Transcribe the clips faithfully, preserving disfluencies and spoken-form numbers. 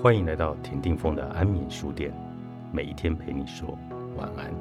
欢迎来到田定峰的安眠书店，每一天陪你说晚安。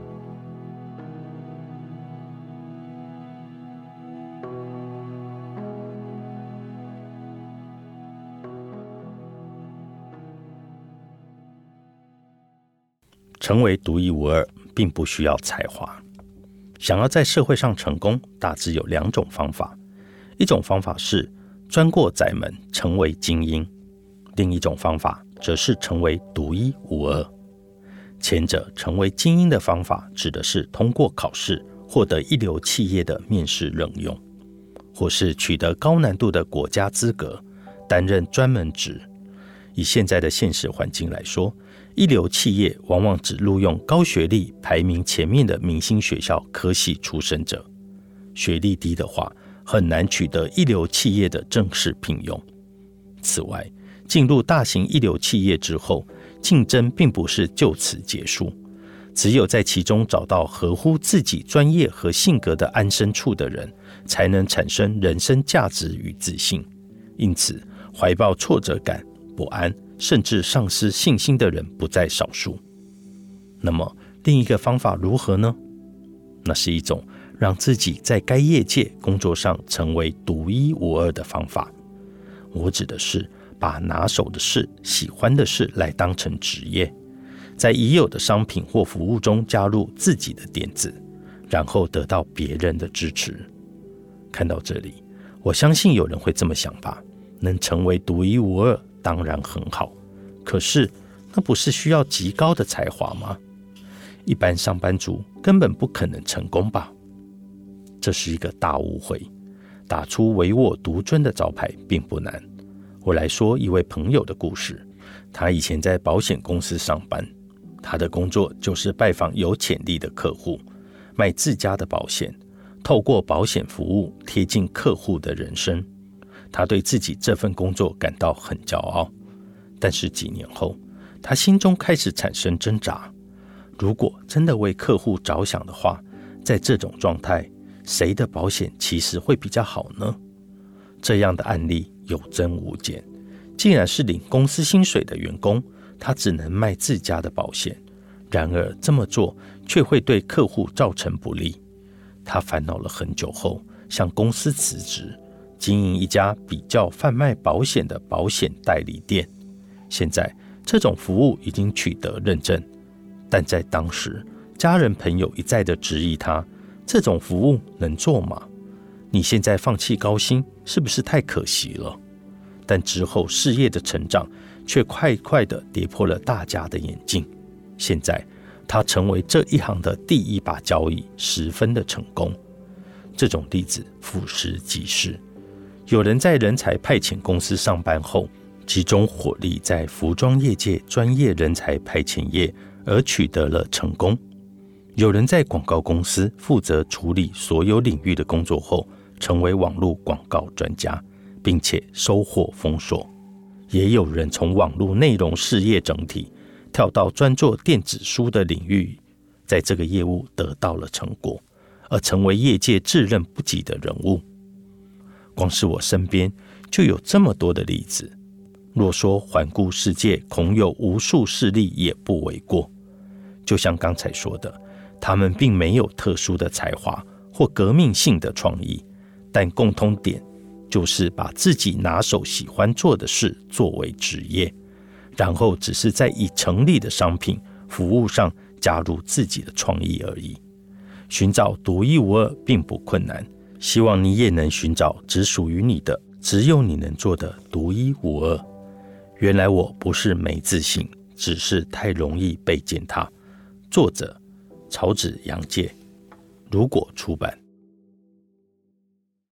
成为独一无二，并不需要才华。想要在社会上成功，大致有两种方法。一种方法是钻过窄门，成为精英；另一种方法则是成为独一无二。前者成为精英的方法，指的是通过考试获得一流企业的面试任用，或是取得高难度的国家资格，担任专门职。以现在的现实环境来说，一流企业往往只录用高学历、排名前面的明星学校科系出身者，学历低的话，很难取得一流企业的正式聘用。此外，进入大型一流企业之后，竞争并不是就此结束，只有在其中找到合乎自己专业和性格的安身处的人，才能产生人生价值与自信。因此，怀抱挫折感、不安，甚至丧失信心的人不在少数。那么，另一个方法如何呢？那是一种让自己在该业界工作上成为独一无二的方法。我指的是把拿手的事、喜欢的事来当成职业，在已有的商品或服务中加入自己的点子，然后得到别人的支持。看到这里，我相信有人会这么想吧，能成为独一无二当然很好，可是那不是需要极高的才华吗？一般上班族根本不可能成功吧？这是一个大误会。打出唯我独尊的招牌并不难。我来说一位朋友的故事。他以前在保险公司上班，他的工作就是拜访有潜力的客户，卖自家的保险，透过保险服务贴近客户的人生。他对自己这份工作感到很骄傲，但是几年后，他心中开始产生挣扎。如果真的为客户着想的话，在这种状态，谁的保险其实会比较好呢？这样的案例有增无减。既然是领公司薪水的员工，他只能卖自家的保险，然而这么做却会对客户造成不利。他烦恼了很久后，向公司辞职，经营一家比较贩卖保险的保险代理店。现在这种服务已经取得认证，但在当时，家人朋友一再的质疑他，这种服务能做吗？你现在放弃高薪，是不是太可惜了？但之后事业的成长却快快的跌破了大家的眼镜。现在他成为这一行的第一把交椅，十分的成功。这种例子俯拾即是。有人在人才派遣公司上班后，集中火力在服装业界专业人才派遣业，而取得了成功。有人在广告公司负责处理所有领域的工作后，成为网络广告专家，并且收获丰硕。也有人从网络内容事业整体跳到专做电子书的领域，在这个业务得到了成果，而成为业界自认不及的人物。光是我身边就有这么多的例子，若说环顾世界恐有无数事例也不为过。就像刚才说的，他们并没有特殊的才华或革命性的创意，但共通点就是把自己拿手喜欢做的事作为职业，然后只是在已成立的商品服务上加入自己的创意而已。寻找独一无二并不困难，希望你也能寻找只属于你的，只有你能做的独一无二。原来我不是没自信，只是太容易被践踏。作者：草子杨介，如果出版。